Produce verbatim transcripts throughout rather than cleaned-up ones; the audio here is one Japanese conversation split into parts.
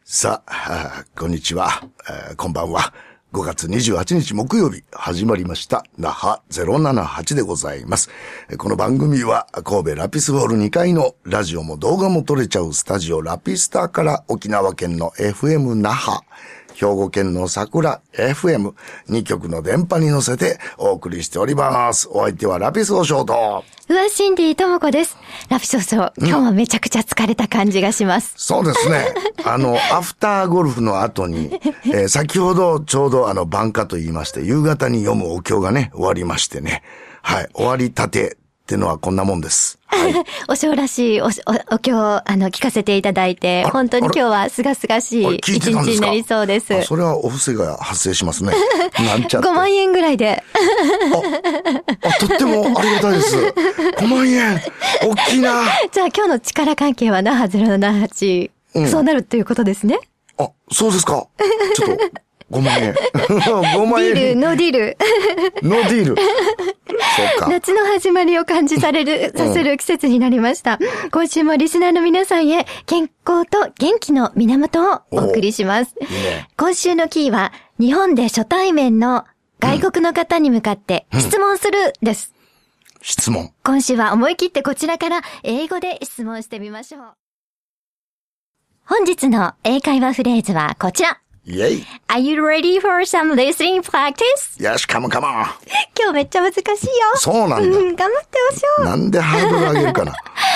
さあ、こんにちは、こんばんは。ごがつにじゅうはちにち木曜日、始まりました、那覇ゼロななはちでございます。この番組は、神戸ラピスホールにかいのラジオも動画も撮れちゃうスタジオラピスタから沖縄県の エフエム 那覇、兵庫県の桜 エフエム、にきょくの電波に乗せてお送りしております。お相手はラピスオショーと、 うわ、シンディともこです。ラピスオショー、今日はめちゃくちゃ疲れた感じがします。 そうですね。あの、アフターゴルフの後に、えー、先ほどちょうどあの、晩夏と言いまして、夕方に読むお経がね、終わりましてね。はい、終わりたてってのはこんなもんです。はい、 お正らしいお、お、お経を、あの、聞かせていただいて、本当に今日はすがすがしい一日になりそうです。 それはお布施が発生しますね。なんちゃって。 ごまんえんぐらいで。 あ、あ、とってもありがたいです。ごまんえん。大きいな。 じゃあ今日の力関係は那覇ゼロななはち、うん、そうなるということですね。 あ、そうですか。ちょっと。ごまんえん。ごまんえん。 ディール、ノーディール。 ノーディール。そうか。 夏の始まりを感じされる、させる季節になりました。うん、今週もリスナーの皆さんへ健康と元気の源をお送りします。いいね、今週のキーは、日本で初対面の外国の方に向かって質問するです。 うん、質問。 今週は思い切ってこちらから英語で質問してみましょう。本日の英会話フレーズはこちら。 Yay. Are you ready for some listening practice? Yes, come on, come on. 今日めっちゃ難しいよ。 そうなんだ。 うん、頑張ってほしょう。 なんでハードル上げるかな。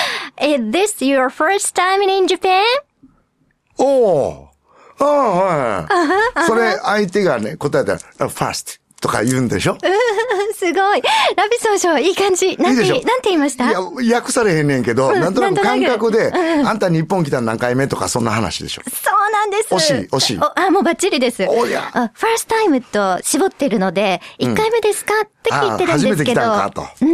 Is this your first time in Japan? おー。ああ、はい。それ、相手がね、答えたら、first とか言うんでしょ。 すごい。ラピスオショー、いい感じ。なんて、いいなんて言いました？ いや、訳されへんねんけど、うん、なんとなく感覚で、うん、あんた日本来た何回目とかそんな話でしょ。 そうなんです。 惜しい、惜しい。 あ、もうバッチリです。 おや。 first time と絞ってるので、いっかいめですか、うん、って聞いてるんですけど。初めて来たんかと。うん。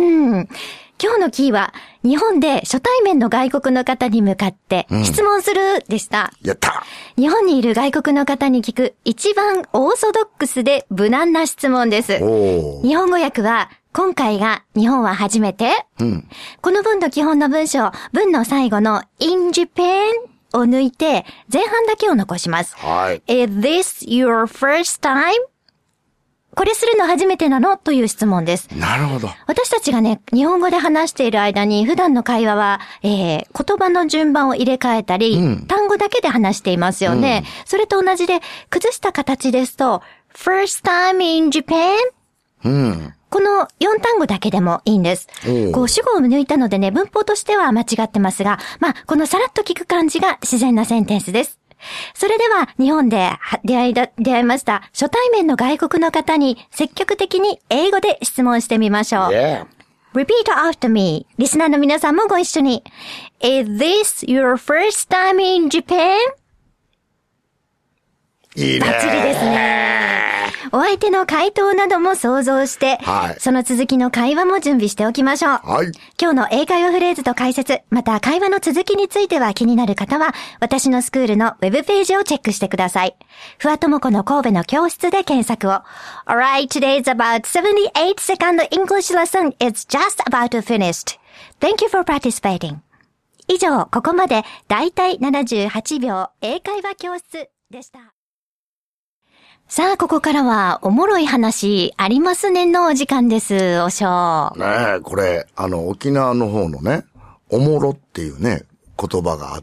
今日のキーは、日本で初対面の外国の方に向かって質問するでした。 うん、やった。 日本にいる外国の方に聞く一番オーソドックスで無難な質問です。日本語訳は、今回が日本は初めて、うん、この文の基本の文章、文の最後の in Japan を抜いて前半だけを残します。 はい。 Is this your first time?これするの初めてなのという質問です。 なるほど。 私たちがね、日本語で話している間に普段の会話は、えー、言葉の順番を入れ替えたり、うん、単語だけで話していますよね。うん、それと同じで、崩した形ですと、first time in Japan?、うん、このよん単語だけでもいいんです。こう主語を抜いたのでね、文法としては間違ってますが、まあ、このさらっと聞く感じが自然なセンテンスです。それでは日本で出会いだ、出会いました初対面の外国の方に積極的に英語で質問してみましょう。 Yeah. Repeat after me. リスナーの皆さんもご一緒に。Is this your first time in Japan? いいね。 バッチリですね。お相手の回答なども想像して、はい、その続きの会話も準備しておきましょう。 はい、 今日の英会話フレーズと解説、また会話の続きについては気になる方は、私のスクールのウェブページをチェックしてください。ふわともこの神戸の教室で検索を。Alright, today's about seventy-eight second English lesson is just about finished. Thank you for participating. 以上、ここまでだいたいななじゅうはちびょう英会話教室でした。さあ、ここからは、おもろい話ありますねのお時間です、おしょう。 ねえ、これ、あの、沖縄の方のね、おもろっていうね、言葉があって、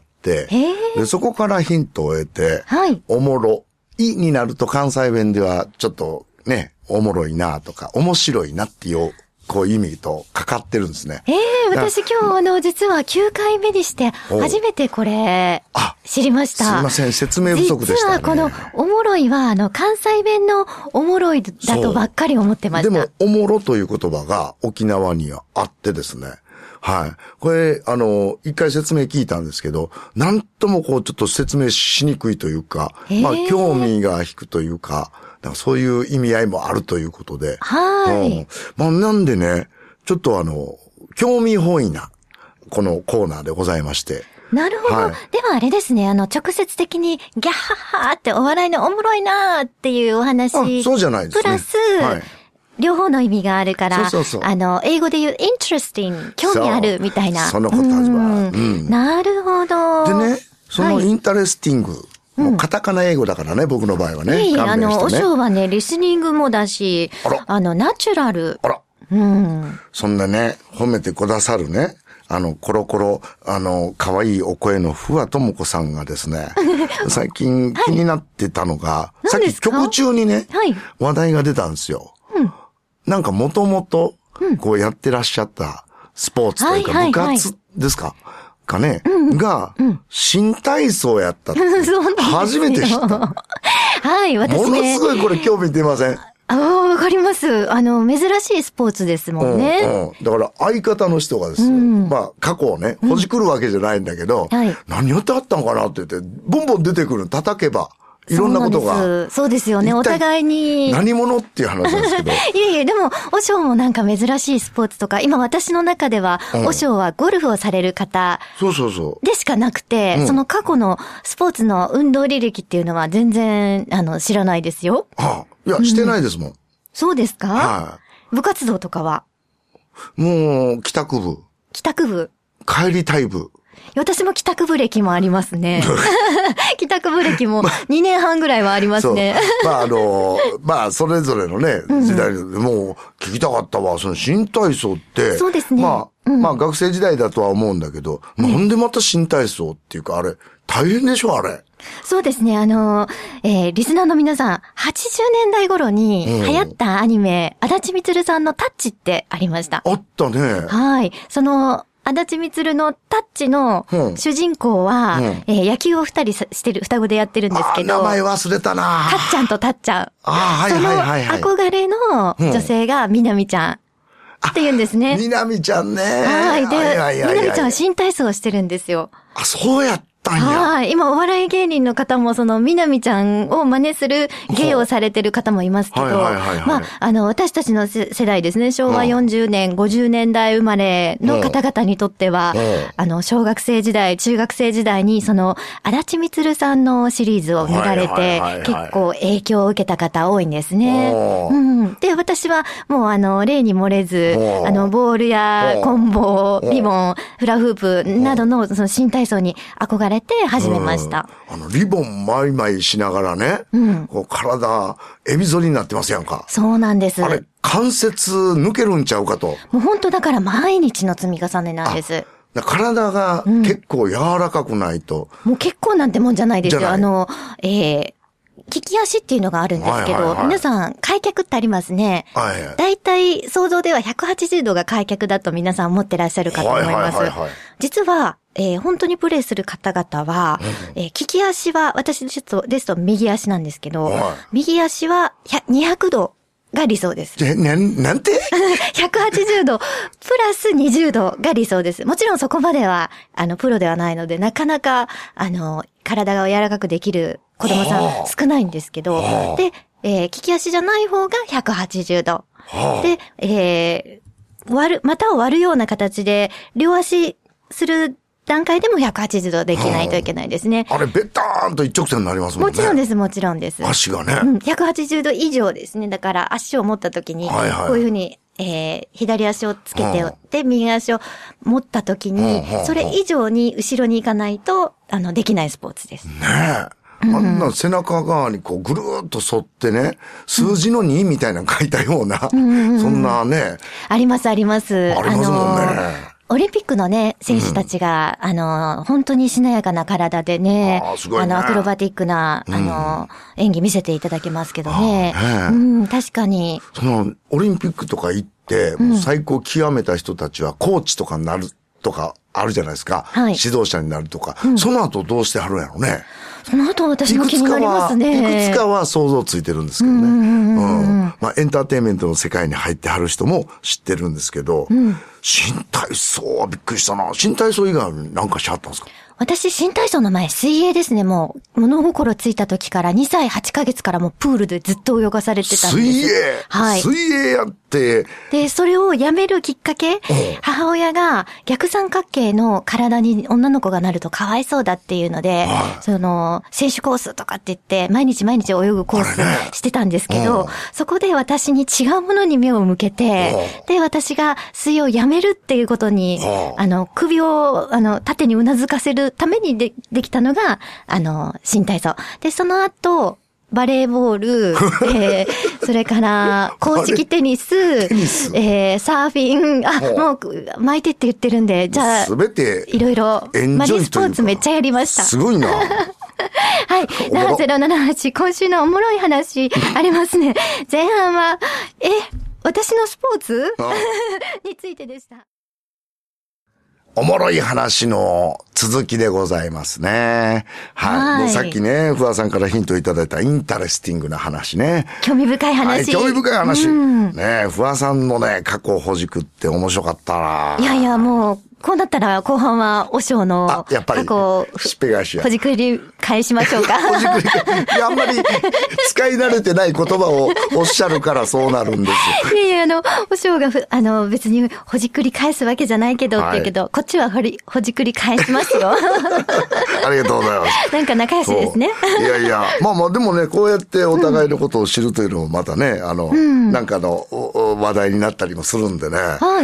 でそこからヒントを得て、はい、おもろ、いになると関西弁では、ちょっとね、おもろいなとか、面白いなっていう、こう意味とかかってるんですね。 ええー、私今日あの実はきゅうかいめにして初めてこれ知りました。 すいません、説明不足でしたね。 実はこのおもろいはあの関西弁のおもろいだとばっかり思ってました。 でもおもろという言葉が沖縄にはあってですね。はい。これ、あの、一回説明聞いたんですけど、なんともこうちょっと説明しにくいというか、まあ興味が引くというか、そういう意味合いもあるということで。 はい。 うん、まあなんでね、ちょっとあの、興味本位な、このコーナーでございまして。 なるほど。はい、ではあれですね、あの、直接的に、ギャッハッハーってお笑いのおもろいなーっていうお話。 あ、そうじゃないですね。 プラス、はい、両方の意味があるから、そうそうそう、あの、英語で言う interesting、興味あるみたいな。 そのことは、うん、 なるほど。 でね、そのインタレスティングもうカタカナ英語だからね、僕の場合はね。 いい、あの、 勘弁してねお尚はね、リスニングもだし、 あらあの、ナチュラル。 あら。 うん。 そんなね、褒めてくださるね、あの、コロコロ、あの、可愛いお声のふわともこさんがですね、最近気になってたのが、 いさっき何ですか曲中にね、 はい話題が出たんですよ。 うん。 なんかもともと、こうやってらっしゃったスポーツというかはいはいはい部活ですか、かね、が、新体操やったって。 そうなんですよ初めて知った。 はい、私ものねす。ごいこれ興味出ません？ ああ、わかります。あの、珍しいスポーツですもんね。 うんうん、だから相方の人がですよ、 うんまあ過去をね、ほじくるわけじゃないんだけど、 はい何やってあったのかなって言って、ボンボン出てくる、叩けば、いろんなことが。 そうなんです。そうですよね。お一体互いに。 何者っていう話なんですけど。 いえいえ、でも、お尚もなんか珍しいスポーツとか、今私の中では、 うんお尚はゴルフをされる方そうそうそでしかなくて、 うんその過去のスポーツの運動履歴っていうのは全然、あの、知らないですよ。 う。はあ、いや、してないですもん。 そうですか、 は部活動とかは？ い。もう、帰宅部、 帰宅部。 帰りたい部。 私も帰宅部歴もありますね。帰宅部歴もにねんはんぐらいはありますね。 そう。まああの、まあそれぞれのね、時代で、もう聞きたかったわ。その新体操って。 そうですねまあ、 うんまあ学生時代だとは思うんだけど、なんでまた新体操っていうかあれ、大変でしょあれ。 そうですね。あの、えー、リスナーの皆さん、はちじゅうねんだい頃に流行ったアニメ、足立みつるさんのタッチってありました。 あったね。 はい。その、足立みつるのタッチのうん主人公は、 うんえー野球を二人さしてる、双子でやってるんですけど、 あ、名前忘れたな。 たっちゃんとたっちゃん。 あはいはいはいはい。 その憧れの女性がみなみちゃんって言うんですね。 みなみちゃんね。 はい。で、 はいはいはいはいみなみちゃんは新体操をしてるんですよ。 あ、そうやったんや。 はい。今、お笑い芸人の方も、その、みなみちゃんを真似する芸をされてる方もいますけど、 はいはいはいはいまあ、あの、私たちの世世代ですね、昭和よんじゅうねん、ごじゅうねんだい生まれの方々にとってはうん、 あの、小学生時代、中学生時代に、その、足立みつるさんのシリーズを見られはいてはいはいはい、 結構影響を受けた方多いんですね。 おーうん。で、私は、もう、あの、例に漏れずお、ーあの、ボールやおーコンボお、ーリボン、フラフープなどの、その新体操に憧れて始めました。したあの、リボンマイマイしながらね、 うんこう体、エビ反りになってますやんか。 そうなんです。 あれ、関節抜けるんちゃうかと。 もう本当だから毎日の積み重ねなんです。 だ体が結構柔らかくないと。 もう結構なんてもんじゃないですよ。 じゃないあの、えー、利き足っていうのがあるんですけど、 はいはいはい皆さん開脚ってありますね。 はいはい。 だいたい想像ではひゃくはちじゅうどが開脚だと皆さん思ってらっしゃるかと思います。 はいはいはいはい実は、えー本当にプレイする方々は、えー利き足は、私ですと、ですと右足なんですけど、 はい右足はひゃにひゃくどが理想です。 え、な、なんてひゃくはちじゅうどプラスにじゅうどが理想です。もちろんそこまでは、あの、プロではないので、なかなか、あの、体が柔らかくできる子供さんはあ少ないんですけど、 はあで、えー利き足じゃない方がひゃくはちじゅうど。 はあで、えー割る、股を割るような形で、両足する段階でもひゃくはちじゅうどできないといけないですね。 あれ、ベターンと一直線になりますもんね。 もちろんです、もちろんです。 足がね。 うん、ひゃくはちじゅうど以上ですね。だから足を持った時に、 はいはいこういうふうに、えー、左足をつけてはあで、右足を持った時にはあはあ、 それ以上に後ろに行かないと、あの、できないスポーツです。 ねえ。あんな背中側にこうぐるーっと沿ってね、数字のにみたいなの書いたような、そんなね、 あります、あります。 ありますもんねのオリンピックのね、選手たちが、あの、本当にしなやかな体でね、 あーすごいねの、アクロバティックな、あの、演技見せていただけますけどね。 あーねうん、確かに。 その、オリンピックとか行って、もう最高極めた人たちはコーチとかになるとかあるじゃないですか。 はい指導者になるとか。その後どうしてはるんやろうね。 その後私いくも気になりつかは、 ますね。 いくつかは想像ついてるんですけどね。うんまあ、エンターテインメントの世界に入ってはる人も知ってるんですけど、新体操はびっくりしたな。新体操以外に何かしはったんですか？ 私、新体操の前、水泳ですね。もう、物心ついた時から、にさいはちかげつからもうプールでずっと泳がされてたんです。 水泳、 はい。 水泳やってで、 で、それをやめるきっかけ、母親が逆三角形の体に女の子がなるとかわいそうだっていうので、 はい、 その、選手コースとかって言って、毎日毎日泳ぐコースしてたんですけど、そこで私に違うものに目を向けて、で、私が水泳をやめるっていうことに、あの、首を、あの、縦にうなずかせるためにで、できたのが、あの、新体操。で、その後、バレーボール、えー、それから、公式テニス、テニスえー、サーフィン、あ、もう、巻いてって言ってるんで、じゃあ、 すべて、 いろいろ、マリンスポーツめっちゃやりました。 すごいな。 はい。ななゼロななはち、今週のおもろい話ありますね。前半は、え、私のスポーツについてでした。 おもろい話の続きでございますね。はい。はい、さっきね、ふわさんからヒントいただいたインタレスティングな話ね。 興味深い話。はい、 興味深い話。うん、ねふわさんのね、過去をほじくって面白かったな。 いやいや、もう、こうなったら後半はお尚の過去をしっぺ返しやほじくり返しましょうか。 ほじくり返し。あんまり使い慣れてない言葉をおっしゃるからそうなるんですよ。 いやいや、あの、お尚があの別にほじくり返すわけじゃないけどって言うけど、はい、こっちはほりほじくり返しますよ。 ありがとうございます。 なんか仲良しですね。 いやいや、まあまあでもね、こうやってお互いのことを知るというのもまたね、あの、うん、なんかの話題になったりもするんでね。 はい。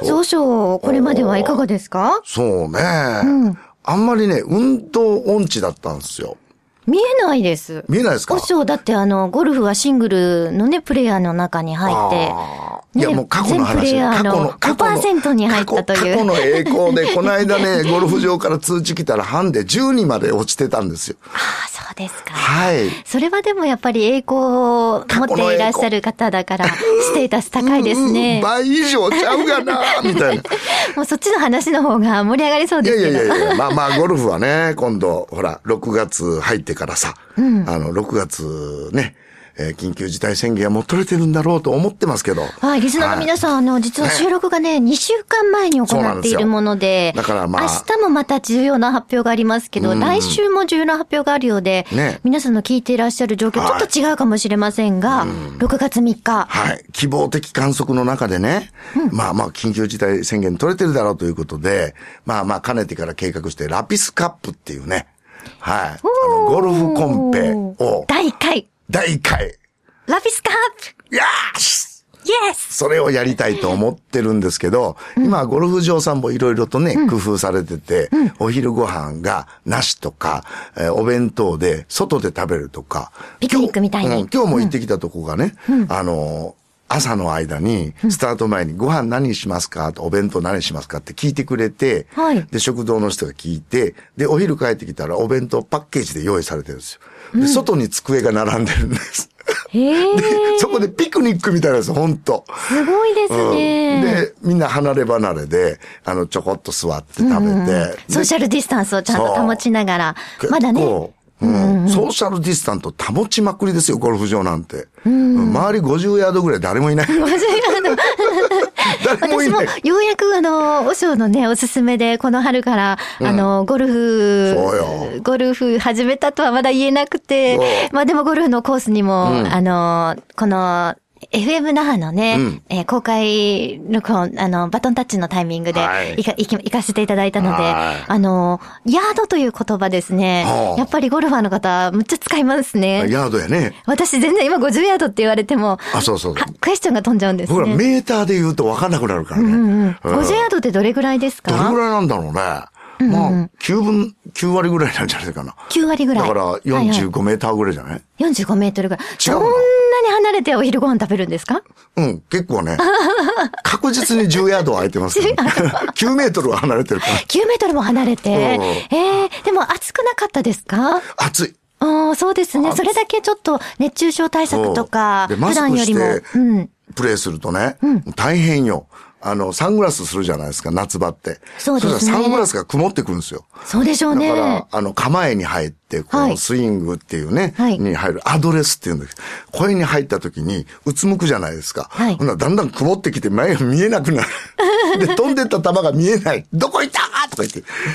お尚、これまではいかがですか？ そうね、うん。あんまりね、運動音痴だったんですよ。 見えないです。 見えないですか？ お尚だってあの、ゴルフはシングルのね、プレイヤーの中に入って、ね、 いやもう過去の話。全プレイヤーのごパーセント に入ったという。 過去の栄光で、この間ね、ゴルフ場から通知来たらハンデじゅうにまで落ちてたんですよ。 ああ、そうですか。 はい。 それはでもやっぱり栄光を持っていらっしゃる方だから、ステータス高いですね。 倍以上ちゃうがな、みたいな。 もうそっちの話の方が盛り上がりそうですけど。 いやいやいや、まあまあゴルフはね、今度、ほら、ろくがつ入ってからさ、うん、あの、ろくがつね、えー、緊急事態宣言はもう取れてるんだろうと思ってますけど。 はい、リスナーの皆さん、はい、あの、実は収録がね、ねにしゅうかんまえに行っているもので、 だからまあ、 明日もまた重要な発表がありますけど、うん、来週も重要な発表があるようで、ね、皆さんの聞いていらっしゃる状況、ちょっと違うかもしれませんが、はい、ろくがつみっか。 はい。希望的観測の中でね、うん、まあまあ、緊急事態宣言取れてるだろうということで、まあまあ、かねてから計画して、ラピスカップっていうね、はい。あの、ゴルフコンペを。 だいいっかい。 だいいっかい。 ラピスカップ。 よーしイエスそれをやりたいと思ってるんですけど、うん、今ゴルフ場さんもいろいろとね、うん、工夫されてて、うん、お昼ご飯がなしとか、えー、お弁当で外で食べるとか。 ピクニックみたいに。 今日、うん、今日も行ってきたとこがね、うん、あのー、朝の間に、スタート前にご飯何しますかとお弁当何しますかって聞いてくれて、はい、で、食堂の人が聞いて、で、お昼帰ってきたらお弁当パッケージで用意されてるんですよ。で、うん、外に机が並んでるんです。 へー。 で、そこでピクニックみたいなんですよ、ほんと。 すごいですね、 うん。で、みんな離れ離れで、あの、ちょこっと座って食べて、うんうん、 ソーシャルディスタンスをちゃんと保ちながら、まだね。 うんうん、ソーシャルディスタンス保ちまくりですよ、ゴルフ場なんて。うん、周りごじゅうヤードぐらい誰もいない。ごじゅうヤード誰もいない。 私もようやくあの、お尚のね、おすすめで、この春から、うん、あの、ゴルフ、 そうよ。 ゴルフ始めたとはまだ言えなくて、まあでもゴルフのコースにも、うん、あの、この、エフエム 那覇のね、うん、えー、公開録音、あの、バトンタッチのタイミングで、はい、行か、行き、行かせていただいたので、あの、ヤードという言葉ですね。やっぱりゴルファーの方、むっちゃ使いますね。 ヤードやね。 私全然今ごじゅうヤードって言われても、 あ、そうそうそう。 クエスチョンが飛んじゃうんですね。 ほら、メーターで言うと分かんなくなるからね。うんうんうん、ごじゅうヤードってどれぐらいですか？ どれぐらいなんだろうね。まあ、きゅうぶん、きゅうわりぐらいなんじゃないかな。 きゅうわりぐらい。 だからよんじゅうごメーターぐらいじゃない？ よんじゅうご メートルぐらい。そんなに離れてお昼ご飯食べるんですか？ うん、結構ね。確実にじゅうヤードは空いてますから、ね。きゅうメートルは離れてるから。 きゅうメートルも離れて。ええー、でも暑くなかったですか？ 暑い。 ああ、そうですね。それだけちょっと熱中症対策とか、普段よりも。 うん。プレイするとね、うん、大変よ。あの、サングラスするじゃないですか、夏場って。 そうですね。 そしたらサングラスが曇ってくるんですよ。 そうでしょうね。 だから、あの、構えに入って、このスイングっていうね、はい、に入る、アドレスっていうんだけど、これに入った時に、うつむくじゃないですか。はい。ほんならだんだん曇ってきて前が見えなくなる。で、飛んでった球が見えない。どこ行ったとか言って。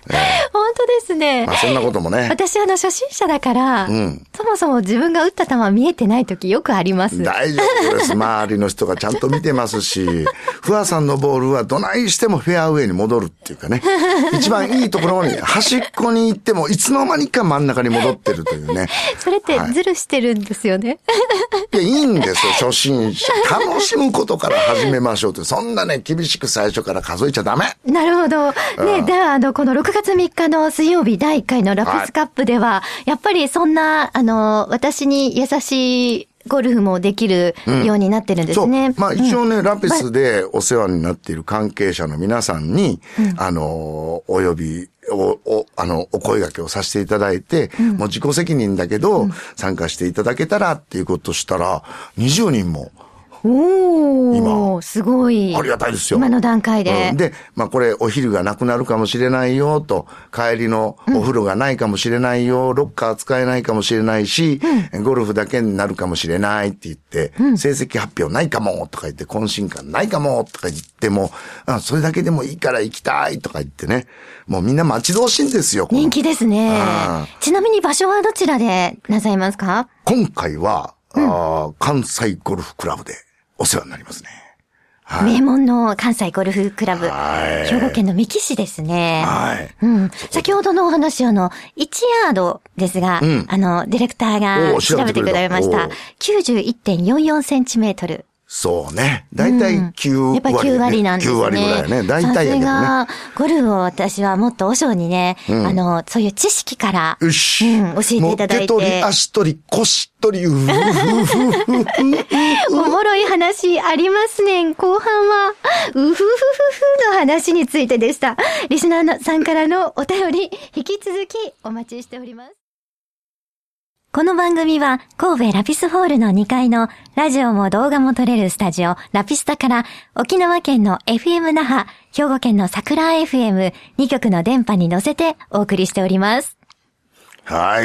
本当ですね。 まあそんなこともね。 私あの初心者だから、 うん、 そもそも自分が打った球見えてない時よくあります。 大丈夫です。周りの人がちゃんと見てますし、フワさんのボールはどないしてもフェアウェイに戻るっていうかね。一番いいところに端っこに行ってもいつの間にか真ん中に戻ってるというね。 それってズルしてるんですよね。 はい、いや、いいんですよ、初心者。楽しむことから始めましょうって。そんなね、厳しく最初から数えちゃダメ。 なるほど。ね、では、あの、このろくがつみっかの水曜日だいいっかいのラピスカップでは、はい、やっぱりそんな、あの、私に優しいゴルフもできるようになってるんですね。 うん、そう。まあ一応ね、うん、ラピスでお世話になっている関係者の皆さんに、うん、あの、お呼び、お、お、あの、お声掛けをさせていただいて、うん、もう自己責任だけど、うん、参加していただけたらっていうことをしたら、にじゅうにんも、 おー、今すごい。 ありがたいですよ。 今の段階で。 うん、で、まあこれお昼がなくなるかもしれないよと、帰りのお風呂がないかもしれないよ、うん、ロッカー使えないかもしれないし、うん、ゴルフだけになるかもしれないって言って、うん、成績発表ないかもとか言って、懇親会ないかもとか言っても、あ、それだけでもいいから行きたいとか言ってね、もうみんな待ち遠しいんですよ。 人気ですね。ちなみに場所はどちらでなさいますか？ 今回は、うん、あ関西ゴルフクラブでお世話になりますね。 はい、名門の関西ゴルフクラブ。はい、兵庫県の三木市ですね。はい。うん。先ほどのお話、あの、いちヤードですが、うん、あの、ディレクターが調べてくれました。きゅうじゅういってんよんよんセンチメートル。 そうね。だいたいきゅう割、ね、 やっぱきゅう割なんですね。 きゅう割ぐらいね。だいたいやけどね。 さすが、ゴルフを私はもっと和尚にね、うん、あの、そういう知識から、 よし、 うん、教えていただいて。 もう手取り、足取り、腰取り、うふふふふおもろい話ありますね。後半は、うふふふふの話についてでした。リスナーさんからのお便り、引き続きお待ちしております。この番組は神戸ラピスホールのにかいのラジオも動画も撮れるスタジオラピスタから沖縄県の エフエム 那覇、兵庫県の桜 エフエムに 局の電波に乗せてお送りしております。 はい。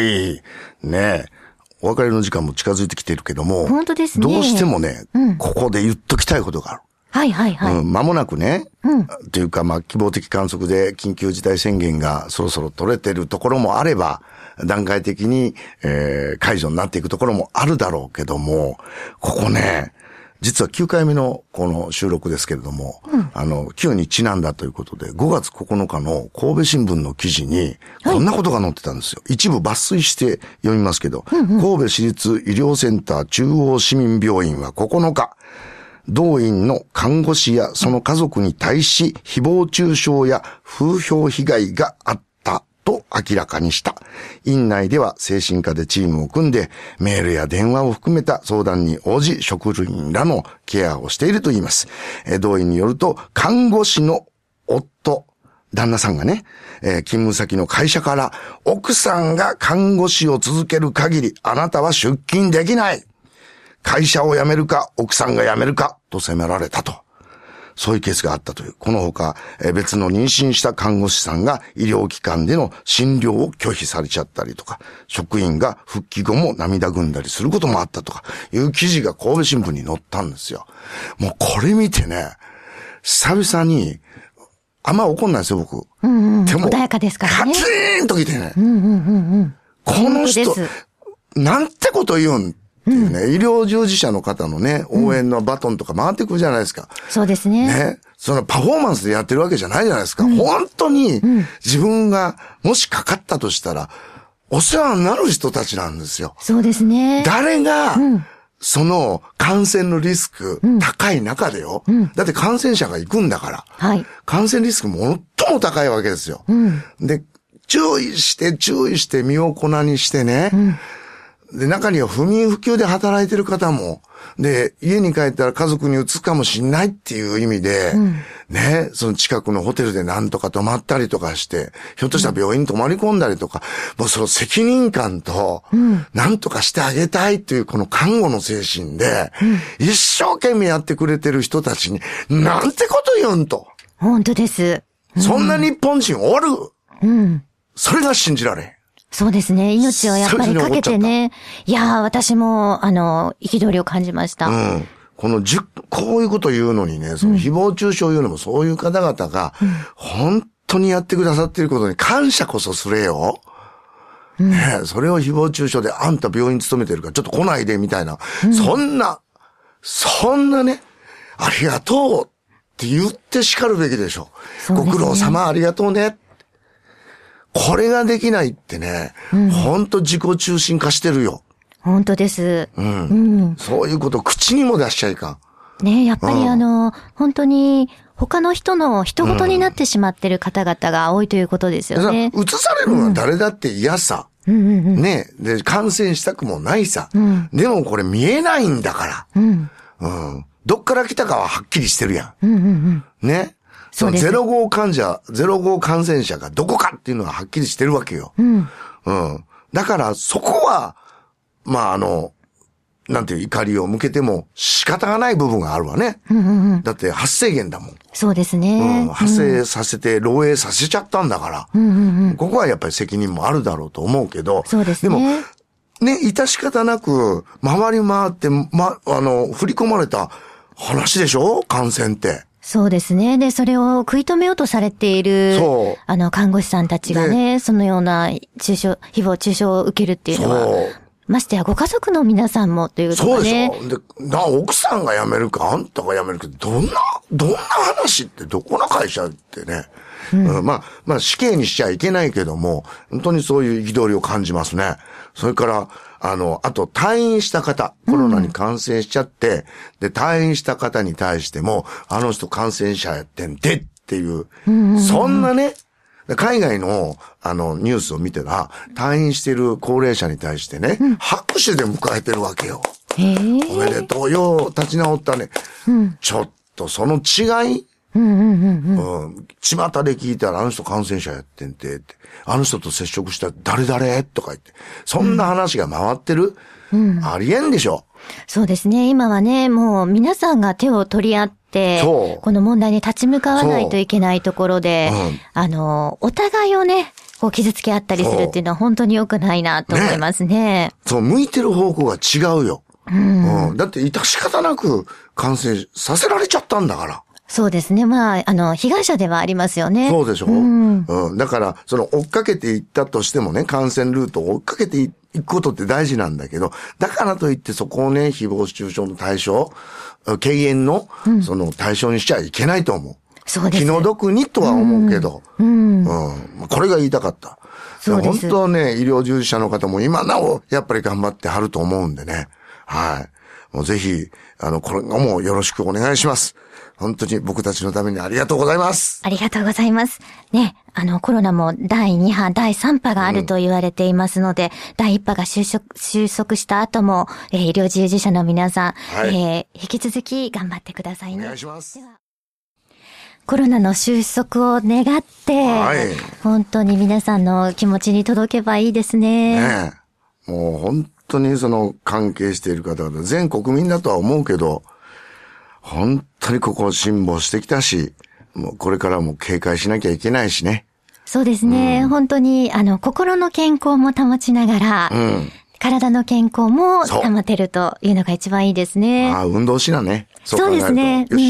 ねえ。お別れの時間も近づいてきているけども。 本当ですね。 どうしてもね、うん、ここで言っときたいことがある。 はいはいはい。 うん、間もなくね、 うん、 というかまあ希望的観測で緊急事態宣言がそろそろ取れてるところもあれば、段階的に、えー、解除になっていくところもあるだろうけども、ここね、実はきゅうかいめのこの収録ですけれども、うん、あの、きゅうにちなんだということで、ごがつここのかの神戸新聞の記事に、こんなことが載ってたんですよ。はい、一部抜粋して読みますけど、うんうん、神戸市立医療センター中央市民病院はここのか、同院の看護師やその家族に対し、誹謗中傷や風評被害があったと明らかにした。院内では精神科でチームを組んで、メールや電話を含めた相談に応じ、職員らのケアをしているといいます。え同院によると、看護師の夫、旦那さんがね、えー、勤務先の会社から、奥さんが看護師を続ける限り、あなたは出勤できない。会社を辞めるか、奥さんが辞めるか、と責められたと。そういうケースがあったという。このほか、え別の妊娠した看護師さんが医療機関での診療を拒否されちゃったりとか、職員が復帰後も涙ぐんだりすることもあったとか、いう記事が神戸新聞に載ったんですよ。もうこれ見てね、久々に、あんま怒んないですよ、僕。 うんうん、でも穏やかですからね。 カチーンときてね。 うんうんうんうん、 この人、なんてこと言うんっていうね、うん、医療従事者の方のね、応援のバトンとか回ってくるじゃないですか。 うん、そうですね。 ね。そのパフォーマンスでやってるわけじゃないじゃないですか。うん、本当に自分がもしかかったとしたら、お世話になる人たちなんですよ。 そうですね。 誰が、その感染のリスク高い中でよ。うん、だって感染者が行くんだから。 はい。 感染リスクも最も高いわけですよ。 うん、 で、注意して注意して身を粉にしてね。うんで、中には不眠不休で働いてる方も、で、家に帰ったら家族に移すかもしんないっていう意味で、うん、ね、その近くのホテルでなんとか泊まったりとかして、ひょっとしたら病院に泊まり込んだりとか、もうその責任感と、なんとかしてあげたいっていうこの看護の精神で、うん、一生懸命やってくれてる人たちに、なんてこと言うんと。 本当です。 うん、そんな日本人おる。 うん。 それが信じられん。 そうですね。命をやっぱりかけてね。いやー、私も、あの、憤りを感じました。 うん。このじゅ、こういうこと言うのにね、その誹謗中傷言うのもそういう方々が、うん、本当にやってくださっていることに感謝こそすれよ。うん、ねえ、それを誹謗中傷であんた病院勤めてるからちょっと来ないでみたいな、うん、そんなそんなね、ありがとうって言って叱るべきでしょ。ね、ご苦労様ありがとうね。これができないってね、うん、ほんと自己中心化してるよ。 本当です。 うん。うん、そういうこと口にも出しちゃいかん。ね、やっぱりあの、うん、本当に他の人の人事になってしまってる方々が多いということですよね。 うつ、されるのは誰だって嫌さ。うんうんうん、ね。で、感染したくもないさ。うん、でもこれ見えないんだから。うん。うん。どっから来たかははっきりしてるやん。うんうんうん、ね。そのゼロ号患者、ゼロ号感染者がどこかっていうのははっきりしてるわけよ。うん。うん。だからそこは、まああの、なんていう怒りを向けても仕方がない部分があるわね。うんうんうん、だって発生源だもん。 そうですね。 うん。発生させて漏洩させちゃったんだから。うんうんうん、ここはやっぱり責任もあるだろうと思うけど。 そうですね。でも、 ね、致し方なく回り回って、ま、あの、振り込まれた話でしょ？感染って。 そうですね。で、それを食い止めようとされている、そう。あの、看護師さんたちがね、そのような中傷、誹謗中傷を受けるっていうのは。そう。ましてやご家族の皆さんもということがね。 そうでしょ。で、な、奥さんが辞めるか、あんたが辞めるか、どんな、どんな話ってどこの会社ってね。うんうん、まあ、まあ死刑にしちゃいけないけども、本当にそういう憤りを感じますね。それから、あの、あと退院した方、コロナに感染しちゃって、うん、で、退院した方に対しても、あの人感染者やってんでっていう、うんうんうん、そんなね、海外の、あの、ニュースを見てた、退院している高齢者に対してね、うん、拍手で迎えてるわけよ。へー。おめでとうよ、立ち直ったね。うん、ちょっとその違い、うんうんうんうん。うん。巷で聞いたらあの人感染者やってんてって。あの人と接触した誰々とか言って。そんな話が回ってる、うん、ありえんでしょ。 そうですね。今はね、もう皆さんが手を取り合って、この問題に立ち向かわないといけないところで、うん、あの、お互いをね、こう傷つけ合ったりするっていうのは本当に良くないなと思いますね。ね。 そう、向いてる方向が違うよ。うん。うん、だって致し方なく感染させられちゃったんだから。 そうですね。まあ、あの、被害者ではありますよね。 そうでしょ、うん、うん。だから、その、追っかけていったとしてもね、感染ルートを追っかけていくことって大事なんだけど、だからといってそこをね、誹謗中傷の対象、敬遠の、その対象にしちゃいけないと思う。そうです。気の毒にとは思うけど、うん。うん。これが言いたかった。そうです。本当ね、医療従事者の方も今なお、やっぱり頑張ってはると思うんでね。はい。もうぜひ、あの、これもよろしくお願いします。本当に僕たちのためにありがとうございます。 ありがとうございます。ね、あの、コロナもだいに波、だいさん波があると言われていますので、うん、だいいち波が収束、収束した後も、えー、医療従事者の皆さん、はい、えー、引き続き頑張ってくださいね。 お願いします。ではコロナの収束を願って、はい、本当に皆さんの気持ちに届けばいいですね。 ねえ。もう本当にその関係している方々、全国民だとは思うけど、本当にここを辛抱してきたし、もうこれからも警戒しなきゃいけないしね。 そうですね。うん、本当に、あの、心の健康も保ちながら、うん、体の健康も保てるというのが一番いいですね。 ああ、運動しなね。 そうそうですね。うん。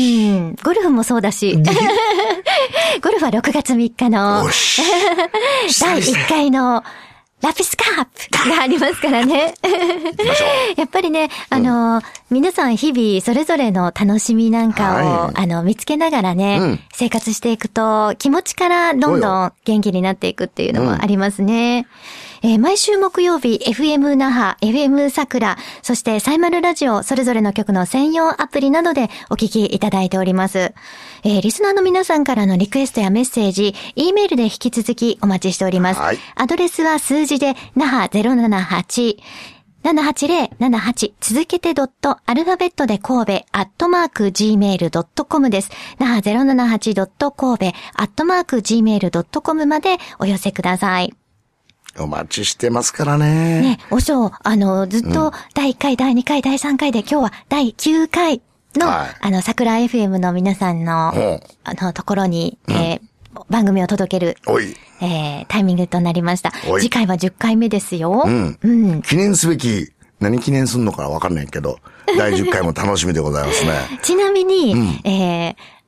ゴルフもそうだし。ゴルフはろくがつみっかのだいいっかいのラピスカープがありますからね。やっぱりね、あの、うん、皆さん日々それぞれの楽しみなんかを、はい、あの、見つけながらね、うん、生活していくと気持ちからどんどん元気になっていくっていうのもありますね。うん、えー、毎週木曜日 エフエム 那覇、エフエム 桜、そしてサイマルラジオ、それぞれの曲の専用アプリなどでお聞きいただいております。えー、リスナーの皆さんからのリクエストやメッセージ、E メールで引き続きお待ちしております。はい、アドレスは数字で那覇ゼロななはち、ななはちゼロななはち続けてドットアルファベットで神戸アットマーク ジーメールドットコム です。那覇ゼロななはちドット神戸アットマーク ジーメールドットコム までお寄せください。 お待ちしてますからね。 ね、おしょう、あの、ずっとだいいっかい、だいにかい、だいさんかいで今日はだいきゅうかいの、はい、あの、桜 エフエム の皆さんの、うん、あの、ところに、うん、えー、番組を届ける、おいえー、タイミングとなりました。次回はじゅっかいめですよ。うん。 うん。記念すべき、何記念すんのかわかんないけど、だいじゅっかいも楽しみでございますね。 ちなみに、うん、えー、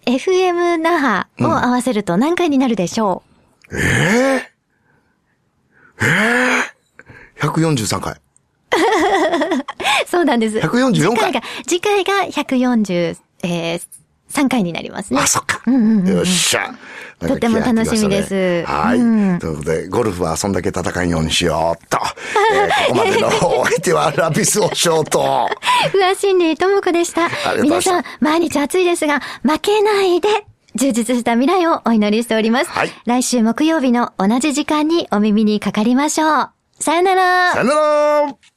エフエム 那覇を合わせると何回になるでしょう、うん、ええー、ええー、ひゃくよんじゅうさんかい。 そうなんです。 ひゃくよんじゅうよんかい。 次回が、次回がひゃくよんじゅう、えー、さんかいになりますね。 あ、そっか。 うんうんうん、 よっしゃ。 とっても楽しみです。 はい、うん。ということで、ゴルフはそんだけ戦いようにしようと。えー、ここまでのお相手はラピス王将と。 不破心理ともこでした。皆さん、毎日暑いですが、負けないで、充実した未来をお祈りしております。はい。来週木曜日の同じ時間にお耳にかかりましょう。さよなら。 さよなら。